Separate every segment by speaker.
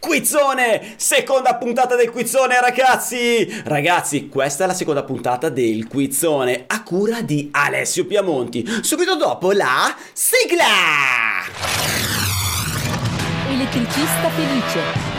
Speaker 1: Quizzone, seconda puntata del Quizzone, ragazzi! Ragazzi, questa è la seconda puntata del Quizzone a cura di Alessio Piamonti. Subito dopo la sigla!
Speaker 2: Elettricista felice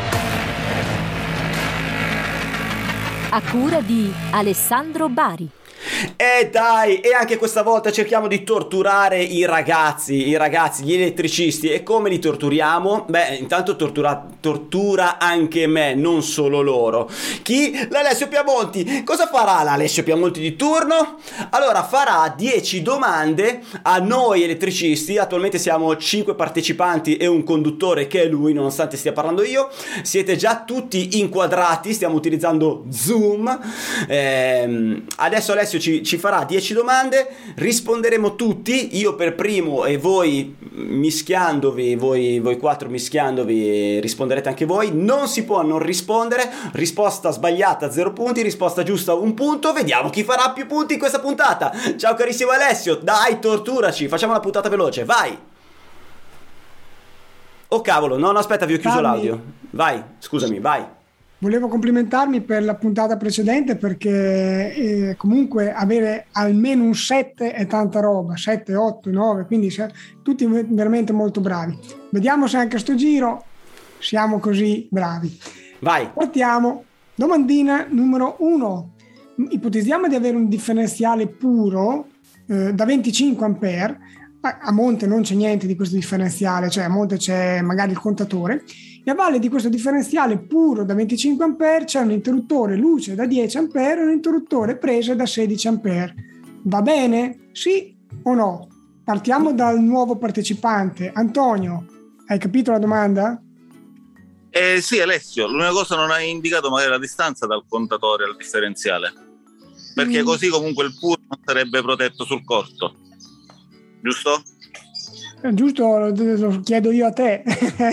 Speaker 2: a cura di Alessandro Bari.
Speaker 1: E dai, e anche questa volta cerchiamo di torturare i ragazzi, gli elettricisti. E come li torturiamo? Beh, intanto tortura anche me, non solo loro. Chi? L'Alessio Piamonti. Cosa farà l'Alessio Piamonti di turno? Allora, farà 10 domande a noi elettricisti. Attualmente siamo 5 partecipanti e un conduttore che è lui, nonostante stia parlando io. Siete già tutti inquadrati, stiamo utilizzando Zoom. Adesso Alessio ci farà 10 domande, risponderemo tutti, io per primo e voi mischiandovi, voi 4 mischiandovi risponderete anche voi. Non si può non rispondere. Risposta sbagliata 0 punti, risposta giusta 1 punto. Vediamo chi farà più punti in questa puntata. Ciao carissimo Alessio, dai, torturaci, facciamo una puntata veloce, vai. Oh cavolo, no aspetta, vi ho chiuso l'audio. Vai, scusami, vai.
Speaker 3: Volevo complimentarmi per la puntata precedente perché comunque avere almeno un 7 è tanta roba, 7, 8, 9, quindi tutti veramente molto bravi. Vediamo se anche sto giro siamo così bravi.
Speaker 1: Vai.
Speaker 3: Partiamo. Domandina numero 1. Ipotizziamo di avere un differenziale puro da 25 ampere. A monte non c'è niente di questo differenziale, cioè a monte c'è magari il contatore, e a valle di questo differenziale puro da 25 ampere c'è un interruttore luce da 10 ampere e un interruttore prese da 16 ampere. Va bene? Sì o no? Partiamo dal nuovo partecipante. Antonio, hai capito la domanda?
Speaker 4: Sì, Alessio, l'unica cosa non hai indicato magari la distanza dal contatore al differenziale, perché così comunque il puro non sarebbe protetto sul corto. Giusto?
Speaker 3: Giusto, lo chiedo io a te.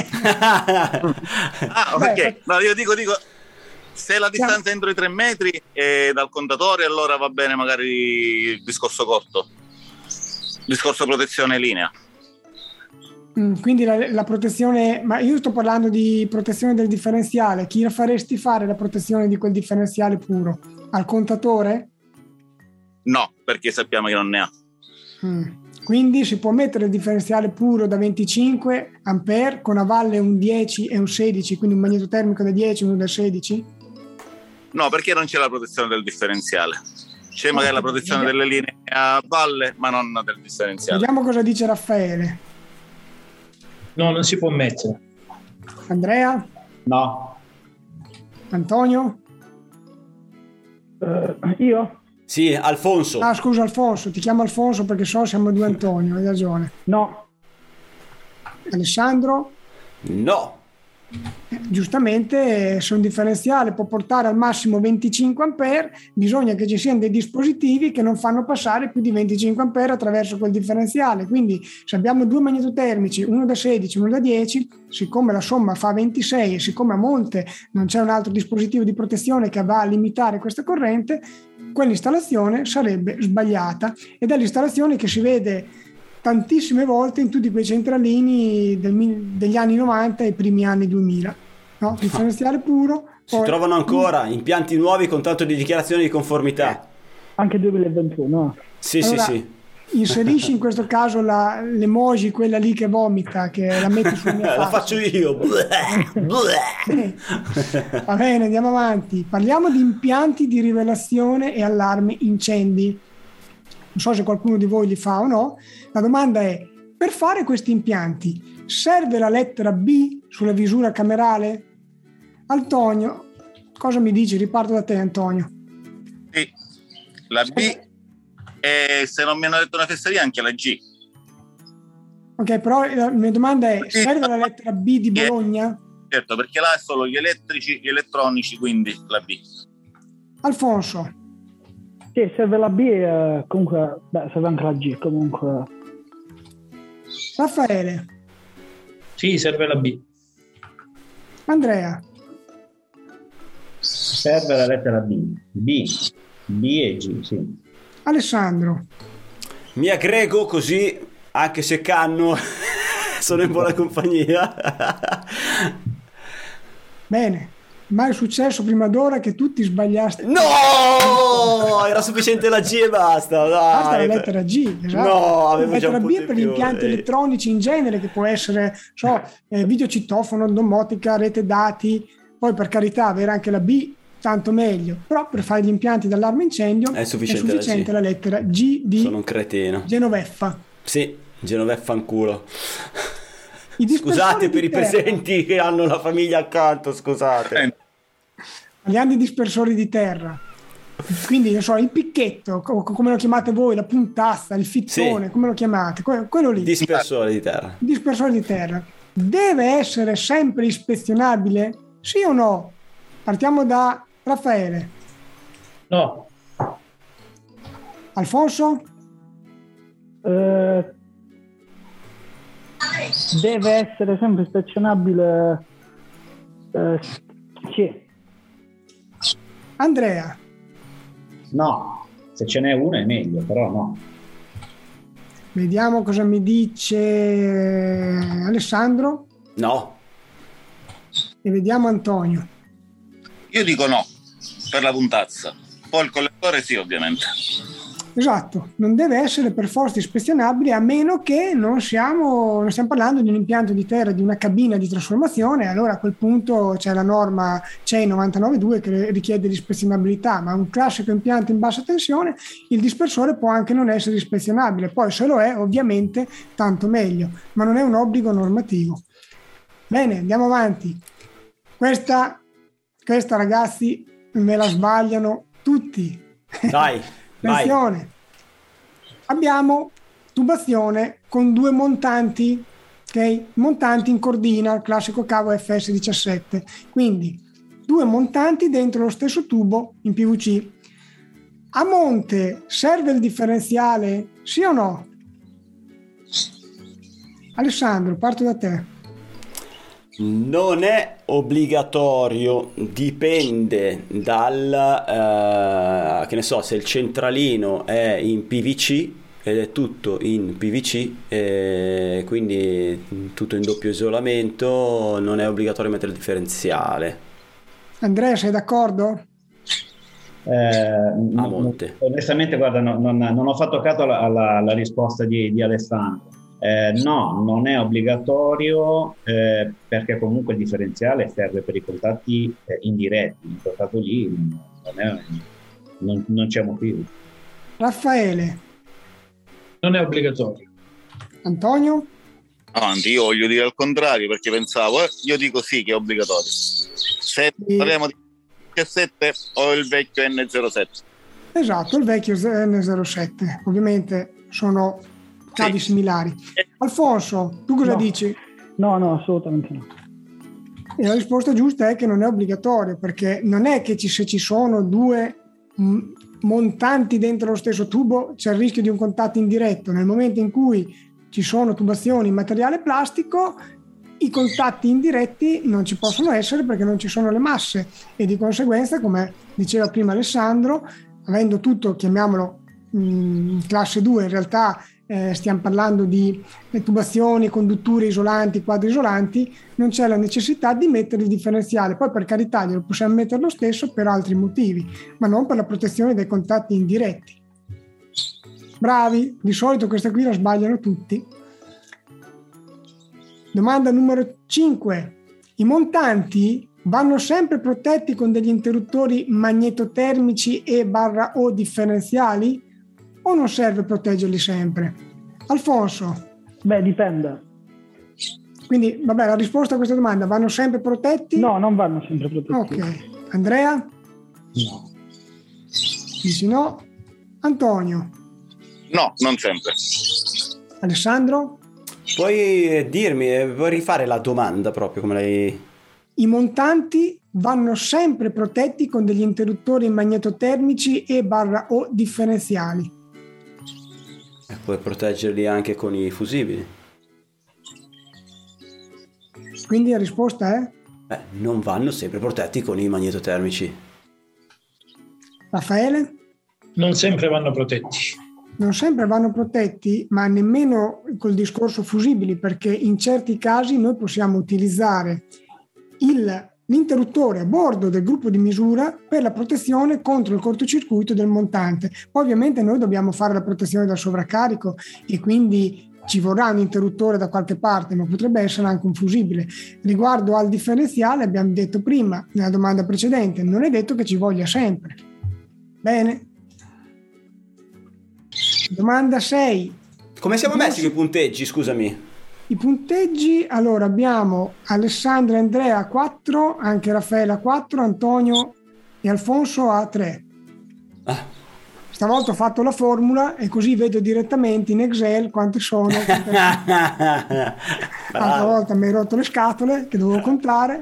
Speaker 4: Ok. No, io dico, se la distanza è entro i 3 metri dal contatore, allora va bene magari il discorso corto, discorso protezione linea.
Speaker 3: Quindi la protezione, ma io sto parlando di protezione del differenziale. Chi la faresti fare la protezione di quel differenziale puro? Al contatore?
Speaker 4: No, perché sappiamo che non ne ha.
Speaker 3: Quindi si può mettere il differenziale puro da 25 ampere con a valle un 10 e un 16, quindi un magnetotermico da 10 e uno da 16?
Speaker 4: No, perché non c'è la protezione del differenziale. C'è magari la protezione delle linee a valle, ma non del differenziale.
Speaker 3: Vediamo cosa dice Raffaele.
Speaker 5: No, non si può mettere.
Speaker 3: Andrea?
Speaker 6: No.
Speaker 3: Antonio?
Speaker 6: Io?
Speaker 1: Sì, Alfonso.
Speaker 3: Scusa Alfonso, ti chiamo Alfonso perché siamo due Antonio, hai ragione.
Speaker 6: No.
Speaker 3: Alessandro?
Speaker 1: No.
Speaker 3: Giustamente, se un differenziale può portare al massimo 25 ampere, bisogna che ci siano dei dispositivi che non fanno passare più di 25 ampere attraverso quel differenziale. Quindi se abbiamo due magnetotermici, uno da 16 e uno da 10, siccome la somma fa 26 e siccome a monte non c'è un altro dispositivo di protezione che va a limitare questa corrente, quell'installazione sarebbe sbagliata, ed è l'installazione che si vede tantissime volte in tutti quei centralini degli anni 90 e primi anni 2000, no? Differenziale puro.
Speaker 1: Si trovano ancora impianti nuovi con tanto di dichiarazione di conformità.
Speaker 6: Anche 2021.
Speaker 1: Sì,
Speaker 3: allora,
Speaker 1: sì.
Speaker 3: Inserisci in questo caso l'emoji, quella lì che vomita, che la metti sul mio
Speaker 1: la faccio io.
Speaker 3: Va bene, andiamo avanti. Parliamo di impianti di rivelazione e allarme incendi. Non so se qualcuno di voi li fa o no. La domanda è: per fare questi impianti serve la lettera B sulla visura camerale? Antonio, cosa mi dici? Riparto da te, Antonio.
Speaker 4: Sì, la B, e se non mi hanno detto una fesseria anche la G.
Speaker 3: Ok, però la mia domanda è: serve la lettera B di Bologna?
Speaker 4: Certo, perché là è solo gli elettrici, gli elettronici, quindi la B.
Speaker 3: Alfonso?
Speaker 6: Sì, serve la B, comunque serve anche la G, comunque.
Speaker 3: Raffaele?
Speaker 5: Sì, serve la B.
Speaker 3: Andrea?
Speaker 7: Serve la lettera B e G, sì.
Speaker 3: Alessandro?
Speaker 1: Mi aggrego così, anche se canno, sono in buona compagnia.
Speaker 3: Bene, mai è successo prima d'ora che tutti sbagliaste?
Speaker 1: No, era sufficiente la G e basta.
Speaker 3: Basta la
Speaker 1: Dai.
Speaker 3: lettera G, esatto.
Speaker 1: No, avevo
Speaker 3: la
Speaker 1: già un
Speaker 3: lettera B
Speaker 1: punto
Speaker 3: è
Speaker 1: in
Speaker 3: per gli
Speaker 1: più,
Speaker 3: impianti
Speaker 1: eh.
Speaker 3: elettronici in genere, che può essere videocitofono, domotica, rete dati. Poi per carità avere anche la B tanto meglio, però per fare gli impianti d'allarme incendio
Speaker 1: È sufficiente
Speaker 3: la lettera G di
Speaker 1: Sono un cretino.
Speaker 3: Genoveffa.
Speaker 1: Sì, Genoveffa fanculo.
Speaker 3: I dispersori
Speaker 1: Scusate
Speaker 3: di
Speaker 1: per i
Speaker 3: terra.
Speaker 1: presenti che hanno la famiglia accanto, scusate.
Speaker 3: Parliamo di dispersori di terra. Quindi non so, il picchetto, come lo chiamate voi, la puntazza, il fittone,
Speaker 1: Sì.
Speaker 3: come lo chiamate, quello lì.
Speaker 1: Dispersore di terra.
Speaker 3: Il dispersore di terra deve essere sempre ispezionabile? Sì o no? Partiamo da Raffaele.
Speaker 5: No,
Speaker 3: Alfonso?
Speaker 6: Deve essere sempre ispezionabile. Sì.
Speaker 3: Andrea?
Speaker 7: No, se ce n'è una è meglio, però no.
Speaker 3: Vediamo cosa mi dice Alessandro
Speaker 1: No.
Speaker 3: e vediamo Antonio.
Speaker 4: Io dico no, per la puntazza. Poi il collettore sì, ovviamente.
Speaker 3: Esatto, non deve essere per forza ispezionabile, a meno che non stiamo parlando di un impianto di terra, di una cabina di trasformazione. Allora a quel punto c'è la norma CEI 99.2 che richiede l'ispezionabilità, ma un classico impianto in bassa tensione il dispersore può anche non essere ispezionabile, poi se lo è ovviamente tanto meglio, ma non è un obbligo normativo. Bene, andiamo avanti. Questa ragazzi me la sbagliano tutti.
Speaker 1: Dai, vai.
Speaker 3: Attenzione, abbiamo tubazione con due montanti, ok? Montanti in cordina, il classico cavo FS17, quindi due montanti dentro lo stesso tubo in PVC. A monte serve il differenziale, sì o no? Alessandro, parto da te.
Speaker 1: Non è obbligatorio, dipende dal, che ne so, se il centralino è in PVC ed è tutto in PVC, quindi tutto in doppio isolamento, non è obbligatorio mettere il differenziale.
Speaker 3: Andrea, sei d'accordo?
Speaker 1: A monte.
Speaker 7: Onestamente, guarda, non ho fatto caso alla risposta di Alessandro. No, non è obbligatorio perché comunque il differenziale serve per i contatti indiretti. In quel caso lì non c'è motivo.
Speaker 3: Raffaele,
Speaker 5: non è obbligatorio.
Speaker 3: Antonio?
Speaker 4: Avanti, io voglio dire al contrario perché pensavo, io dico sì che è obbligatorio. Se parliamo di N7 o il vecchio N07.
Speaker 3: Esatto, il vecchio N07, ovviamente sono cavi similari. Alfonso, tu cosa dici?
Speaker 6: No, assolutamente no.
Speaker 3: E la risposta giusta è che non è obbligatorio, perché non è che se ci sono due montanti dentro lo stesso tubo c'è il rischio di un contatto indiretto. Nel momento in cui ci sono tubazioni in materiale plastico, i contatti indiretti non ci possono essere perché non ci sono le masse e di conseguenza, come diceva prima Alessandro, avendo tutto, chiamiamolo classe 2, in realtà stiamo parlando di tubazioni, condutture isolanti, quadri isolanti, non c'è la necessità di mettere il differenziale. Poi per carità glielo possiamo mettere lo stesso per altri motivi, ma non per la protezione dei contatti indiretti. Bravi, di solito questa qui la sbagliano tutti. Domanda numero 5. I montanti vanno sempre protetti con degli interruttori magnetotermici e/o differenziali? O non serve proteggerli sempre? Alfonso?
Speaker 6: Beh, dipende.
Speaker 3: Quindi, vabbè, la risposta a questa domanda, vanno sempre protetti?
Speaker 6: No, non vanno sempre protetti.
Speaker 3: Ok. Andrea?
Speaker 7: No.
Speaker 3: Dici no. Antonio?
Speaker 4: No, non sempre.
Speaker 3: Alessandro?
Speaker 1: Puoi dirmi, vuoi rifare la domanda proprio come lei...
Speaker 3: I montanti vanno sempre protetti con degli interruttori magnetotermici e/o differenziali.
Speaker 1: E puoi proteggerli anche con i fusibili.
Speaker 3: Quindi la risposta è?
Speaker 1: Non vanno sempre protetti con i magnetotermici.
Speaker 3: Raffaele?
Speaker 5: Non sempre vanno protetti.
Speaker 3: Non sempre vanno protetti, ma nemmeno col discorso fusibili, perché in certi casi noi possiamo utilizzare il l'interruttore a bordo del gruppo di misura per la protezione contro il cortocircuito del montante. Poi ovviamente noi dobbiamo fare la protezione dal sovraccarico e quindi ci vorrà un interruttore da qualche parte, ma potrebbe essere anche un fusibile. Riguardo al differenziale, abbiamo detto prima nella domanda precedente, non è detto che ci voglia sempre. Bene. Domanda 6.
Speaker 1: Come siamo messi con i punteggi, scusami?
Speaker 3: I punteggi, allora abbiamo Alessandro e Andrea a 4, anche Raffaele a 4, Antonio e Alfonso a 3. Stavolta ho fatto la formula e così vedo direttamente in Excel quante sono. L'altra volta mi hai rotto le scatole che dovevo contare.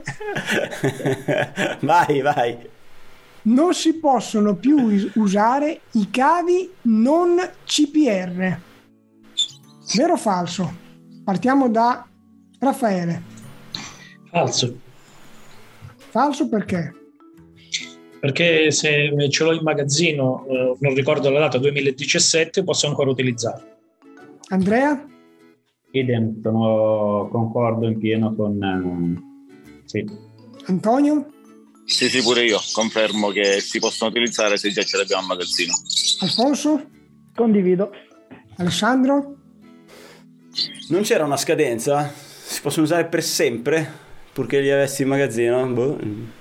Speaker 1: Vai.
Speaker 3: Non si possono più usare i cavi non CPR. Vero o falso? Partiamo da Raffaele.
Speaker 5: Falso.
Speaker 3: Falso perché?
Speaker 5: Perché se ce l'ho in magazzino, non ricordo la data, 2017, posso ancora utilizzarlo.
Speaker 3: Andrea?
Speaker 7: Idem, concordo in pieno con... sì.
Speaker 3: Antonio?
Speaker 4: Sì, pure io confermo che si possono utilizzare se già ce l'abbiamo in magazzino.
Speaker 3: Alfonso?
Speaker 6: Condivido.
Speaker 3: Alessandro?
Speaker 1: Non c'era una scadenza? Si possono usare per sempre? Purché li avessi in magazzino? Boh.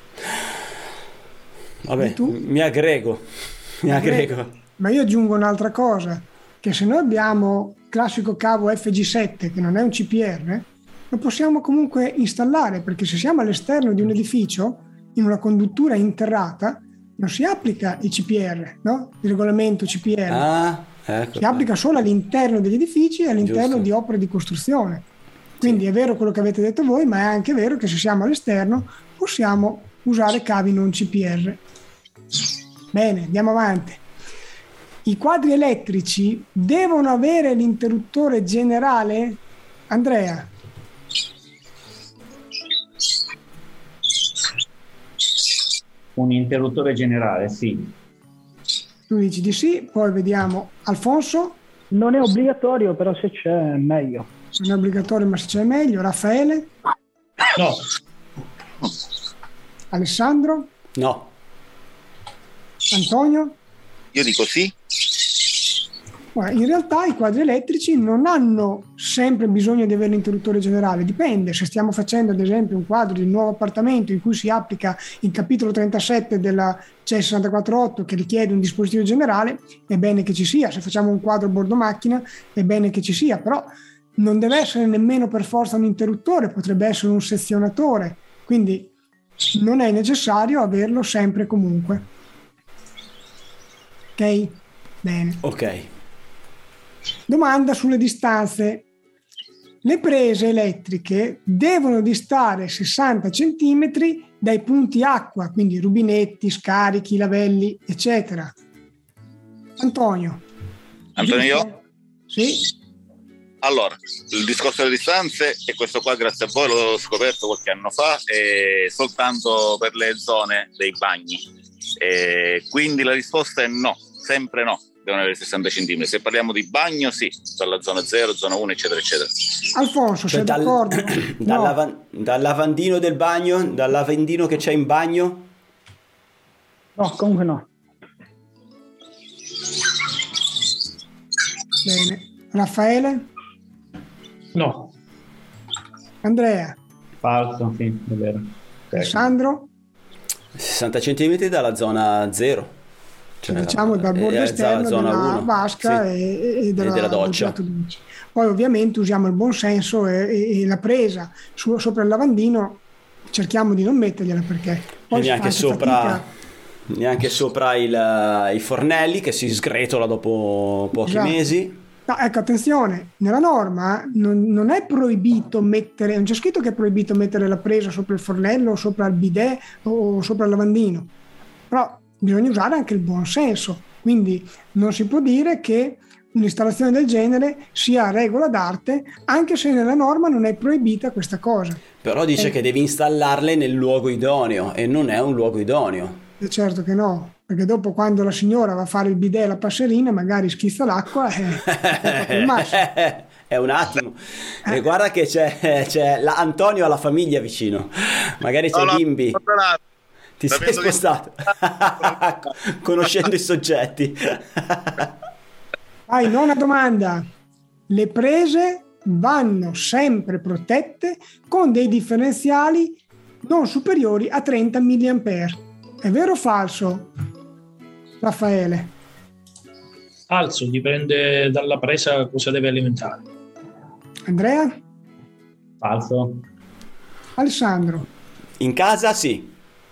Speaker 1: Vabbè, mi aggrego.
Speaker 3: Ma io aggiungo un'altra cosa, che se noi abbiamo il classico cavo FG7 che non è un CPR, lo possiamo comunque installare, perché se siamo all'esterno di un edificio in una conduttura interrata non si applica il CPR, no? Il regolamento CPR.
Speaker 1: Ecco.
Speaker 3: Si applica solo all'interno degli edifici e all'interno
Speaker 1: Giusto.
Speaker 3: di opere di costruzione. Quindi è vero quello che avete detto voi, ma è anche vero che se siamo all'esterno possiamo usare cavi non CPR. Bene, andiamo avanti. I quadri elettrici devono avere l'interruttore generale? Andrea?
Speaker 7: Un interruttore generale, sì.
Speaker 3: Tu dici di sì, poi vediamo Alfonso.
Speaker 6: Non è obbligatorio, però se c'è è meglio.
Speaker 3: Non è obbligatorio, ma se c'è è meglio. Raffaele?
Speaker 5: No.
Speaker 3: Alessandro?
Speaker 1: No.
Speaker 3: Antonio?
Speaker 4: Io dico sì.
Speaker 3: In realtà i quadri elettrici non hanno sempre bisogno di avere l'interruttore generale, dipende. Se stiamo facendo ad esempio un quadro di un nuovo appartamento in cui si applica il capitolo 37 della CE 648 che richiede un dispositivo generale, è bene che ci sia. Se facciamo un quadro a bordo macchina è bene che ci sia, però non deve essere nemmeno per forza un interruttore, potrebbe essere un sezionatore, quindi non è necessario averlo sempre e comunque. Ok? Bene.
Speaker 1: Ok.
Speaker 3: Domanda sulle distanze. Le prese elettriche devono distare 60 cm dai punti acqua, quindi rubinetti, scarichi, lavelli, eccetera. Antonio?
Speaker 4: Io?
Speaker 3: Sì.
Speaker 4: Allora, il discorso delle distanze, e questo qua grazie a voi l'ho scoperto qualche anno fa, è soltanto per le zone dei bagni. Quindi la risposta è no, sempre no. Devono avere 60 cm. Se parliamo di bagno, sì, dalla zona 0, zona 1, eccetera, eccetera.
Speaker 3: Alfonso, sei d'accordo?
Speaker 1: Dal lavandino del bagno, dal lavandino che c'è in bagno?
Speaker 6: No, comunque no.
Speaker 3: Bene. Raffaele?
Speaker 5: No.
Speaker 3: Andrea?
Speaker 7: Falso, sì, è vero.
Speaker 3: Alessandro?
Speaker 1: 60 cm dalla zona 0.
Speaker 3: Diciamo dal bordo esterno della vasca
Speaker 1: sì.
Speaker 3: e
Speaker 1: della doccia.
Speaker 3: Poi ovviamente usiamo il buon senso e la presa sopra il lavandino cerchiamo di non mettergliela, perché poi
Speaker 1: neanche sopra i fornelli che si sgretola dopo pochi mesi.
Speaker 3: No, ecco, attenzione, nella norma non è proibito mettere, non c'è scritto che è proibito mettere la presa sopra il fornello o sopra il bidet o sopra il lavandino, però bisogna usare anche il buon senso, quindi non si può dire che un'installazione del genere sia regola d'arte, anche se nella norma non è proibita questa cosa.
Speaker 1: Però dice che devi installarle nel luogo idoneo, e non è un luogo idoneo.
Speaker 3: Certo che no, perché dopo quando la signora va a fare il bidet e la passerina magari schizza l'acqua e il massimo.
Speaker 1: È un attimo. E guarda che c'è Antonio alla famiglia vicino. Magari c'è Bimbi. Ti sei spostato. Conoscendo i soggetti.
Speaker 3: Vai, nona domanda. Le prese vanno sempre protette con dei differenziali non superiori a 30 mA. È vero o falso, Raffaele?
Speaker 5: Falso, dipende dalla presa cosa deve alimentare.
Speaker 3: Andrea?
Speaker 7: Falso.
Speaker 3: Alessandro?
Speaker 1: In casa sì.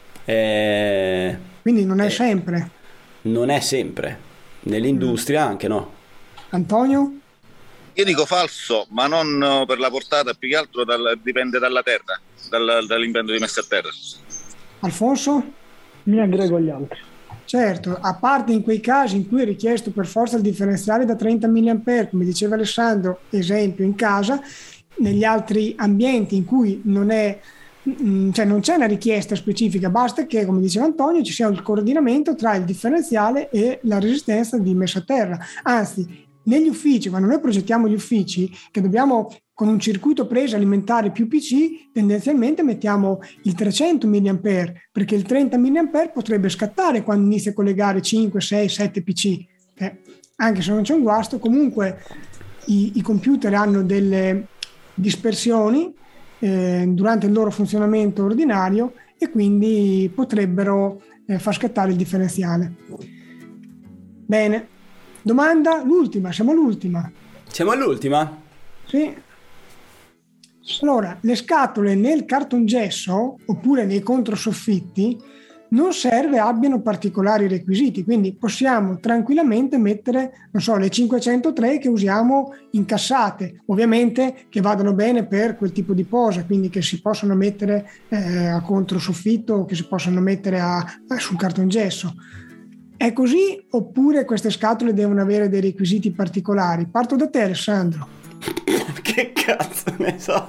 Speaker 3: Quindi non è sempre.
Speaker 1: Non è sempre. Nell'industria anche no.
Speaker 3: Antonio?
Speaker 4: Io dico falso, ma non per la portata, più che altro dipende dalla terra, dall'impianto di messa a terra.
Speaker 3: Alfonso?
Speaker 6: Mi aggrego agli altri.
Speaker 3: Certo, a parte in quei casi in cui è richiesto per forza il differenziale da 30 mA, come diceva Alessandro, esempio in casa, negli altri ambienti in cui non c'è una richiesta specifica, basta che, come diceva Antonio, ci sia il coordinamento tra il differenziale e la resistenza di messa a terra. Anzi, negli uffici, quando noi progettiamo gli uffici, che dobbiamo con un circuito presa alimentare più PC, tendenzialmente mettiamo il 300 mA, perché il 30 mA potrebbe scattare quando inizia a collegare 5, 6, 7 PC. Anche se non c'è un guasto, comunque i computer hanno delle dispersioni durante il loro funzionamento ordinario e quindi potrebbero far scattare il differenziale. Bene, domanda, l'ultima, siamo all'ultima.
Speaker 1: Siamo all'ultima?
Speaker 3: Sì. Allora, le scatole nel cartongesso oppure nei controsoffitti non serve abbiano particolari requisiti, quindi possiamo tranquillamente mettere, non so, le 503 che usiamo incassate, ovviamente che vadano bene per quel tipo di posa, quindi che si possono mettere a controsoffitto o che si possono mettere sul cartongesso. È così oppure queste scatole devono avere dei requisiti particolari? Parto da te, Alessandro.
Speaker 1: Che cazzo ne so?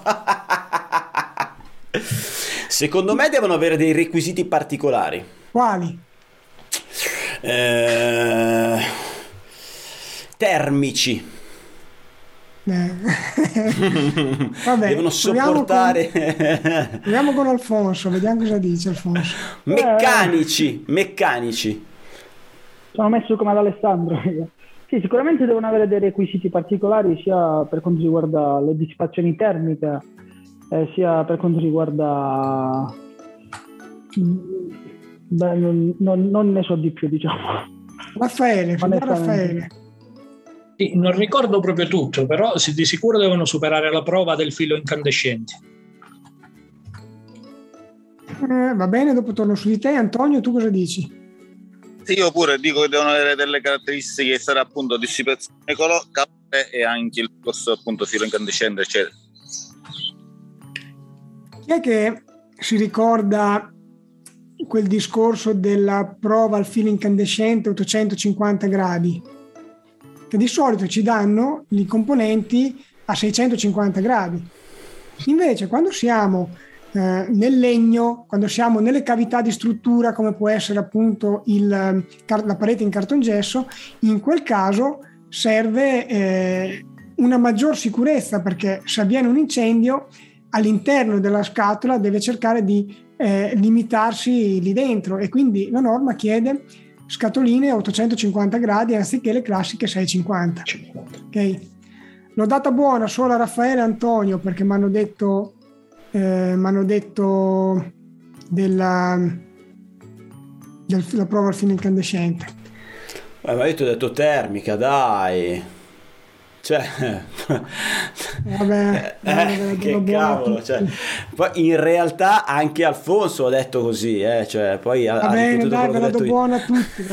Speaker 1: Secondo me devono avere dei requisiti particolari.
Speaker 3: Quali?
Speaker 1: Termici.
Speaker 3: Vabbè,
Speaker 1: devono sopportare.
Speaker 3: Proviamo con Alfonso, vediamo cosa dice Alfonso.
Speaker 1: Meccanici.
Speaker 6: Sono messo come ad Alessandro. Sì, sicuramente devono avere dei requisiti particolari sia per quanto riguarda le dissipazioni termiche, sia per quanto riguarda... Beh, non ne so di più, diciamo.
Speaker 3: Raffaele.
Speaker 5: Sì, non ricordo proprio tutto, però di sicuro devono superare la prova del filo incandescente.
Speaker 3: Va bene, dopo torno su di te. Antonio, tu cosa dici?
Speaker 4: Sì, io pure dico che devono avere delle caratteristiche che sarà appunto dissipazione calore e anche il corso appunto filo incandescente, eccetera.
Speaker 3: Chi è che si ricorda quel discorso della prova al filo incandescente 850 gradi? Che di solito ci danno i componenti a 650 gradi. Invece quando siamo nel legno, quando siamo nelle cavità di struttura come può essere appunto la parete in cartongesso, in quel caso serve una maggior sicurezza, perché se avviene un incendio all'interno della scatola deve cercare di limitarsi lì dentro, e quindi la norma chiede scatoline a 850 gradi anziché le classiche 650. Okay? L'ho data buona solo a Raffaele e Antonio perché mi hanno detto della prova al filo incandescente.
Speaker 1: Ma io ti ho detto termica, dai. Cioè,
Speaker 3: vabbè,
Speaker 1: che cavolo, cioè, poi in realtà anche Alfonso ha detto così, cioè, poi
Speaker 3: va bene, dai, ve la do buona a tutti,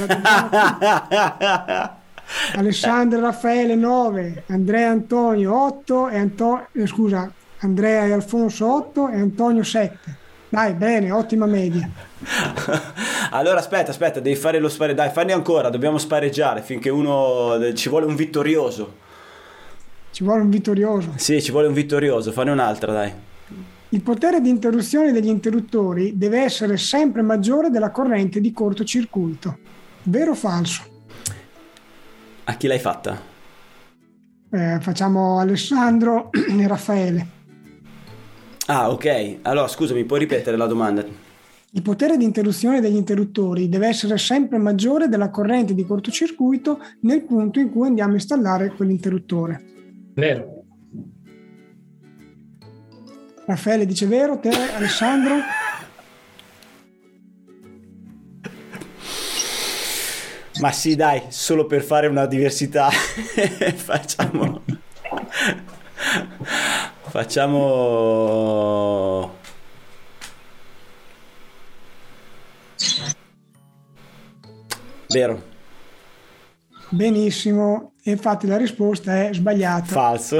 Speaker 3: Alessandro e Raffaele 9, Andrea e Antonio 8 e Andrea e Alfonso 8 e Antonio 7. Dai, bene, ottima media.
Speaker 1: Allora aspetta, devi fare lo spareggio, dai, fanne ancora, dobbiamo spareggiare finché ci vuole un vittorioso.
Speaker 3: Ci vuole un vittorioso?
Speaker 1: Sì, ci vuole un vittorioso, fanne un'altra, dai.
Speaker 3: Il potere di interruzione degli interruttori deve essere sempre maggiore della corrente di cortocircuito. Vero o falso?
Speaker 1: A chi l'hai fatta?
Speaker 3: Facciamo Alessandro e Raffaele.
Speaker 1: Ah, ok. Allora, scusami, puoi ripetere la domanda?
Speaker 3: Il potere di interruzione degli interruttori deve essere sempre maggiore della corrente di cortocircuito nel punto in cui andiamo a installare quell'interruttore.
Speaker 5: Vero.
Speaker 3: Raffaele dice vero, te Alessandro?
Speaker 1: Ma sì, dai, solo per fare una diversità facciamo vero.
Speaker 3: Benissimo, e infatti la risposta è sbagliata.
Speaker 1: Falso.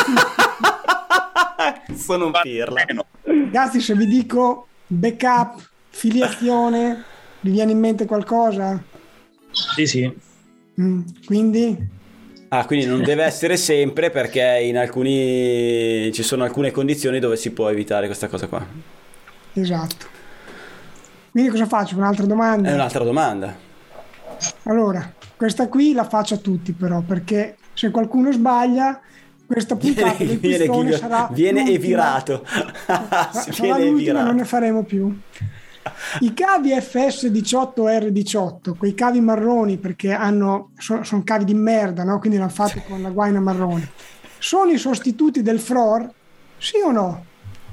Speaker 1: Sono un pirla.
Speaker 3: Ragazzi, se vi dico backup, filiazione, vi viene in mente qualcosa?
Speaker 5: Sì.
Speaker 3: Quindi?
Speaker 1: Quindi non deve essere sempre, perché ci sono alcune condizioni dove si può evitare questa cosa qua.
Speaker 3: Esatto. Quindi cosa faccio? Un'altra domanda?
Speaker 1: È un'altra domanda.
Speaker 3: Allora, questa qui la faccio a tutti però, perché se qualcuno sbaglia, questa puntata del pistone
Speaker 1: viene evirato.
Speaker 3: Sarà l'ultima, non ne faremo più. I cavi FS18R18, quei cavi marroni, perché sono cavi di merda, no? Quindi l'hanno fatto con la guaina marrone, sono i sostituti del FROR? Sì o no?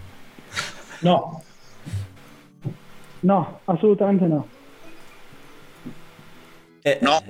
Speaker 6: No, assolutamente no.
Speaker 4: No.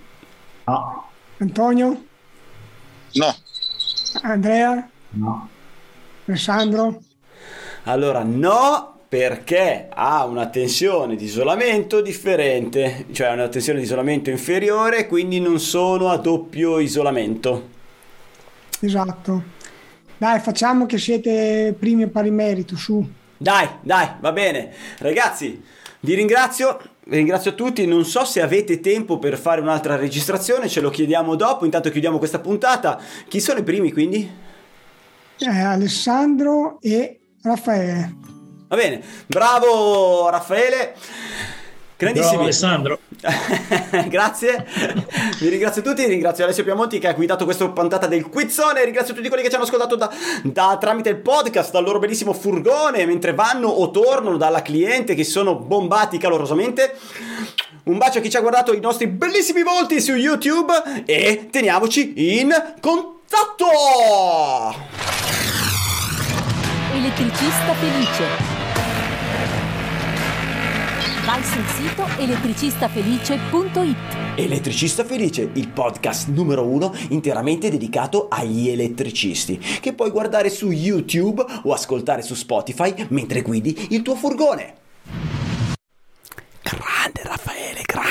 Speaker 3: Antonio?
Speaker 4: No.
Speaker 3: Andrea?
Speaker 7: No.
Speaker 3: Alessandro?
Speaker 1: Allora, no, perché ha una tensione di isolamento differente, cioè una tensione di isolamento inferiore, quindi non sono a doppio isolamento.
Speaker 3: Esatto. Dai, facciamo che siete primi a pari merito, su.
Speaker 1: Dai, va bene. Ragazzi, vi ringrazio tutti. Non so se avete tempo per fare un'altra registrazione, ce lo chiediamo dopo. Intanto chiudiamo questa puntata. Chi sono i primi, quindi?
Speaker 3: Alessandro e Raffaele.
Speaker 1: Va bene, bravo Raffaele. Grandissimi.
Speaker 5: Bravo Alessandro.
Speaker 1: Grazie. Vi ringrazio tutti, ringrazio Alessio Piamonti che ha guidato questa puntata del Quizzone, ringrazio tutti quelli che ci hanno ascoltato tramite il podcast dal loro bellissimo furgone mentre vanno o tornano dalla cliente, che sono bombati calorosamente. Un bacio a chi ci ha guardato i nostri bellissimi volti su YouTube e teniamoci in contatto.
Speaker 2: Elettricista felice. Vai sul sito elettricistafelice.it.
Speaker 1: Elettricista Felice, il podcast numero 1 interamente dedicato agli elettricisti, che puoi guardare su YouTube o ascoltare su Spotify mentre guidi il tuo furgone. Grande Raffaele, grande.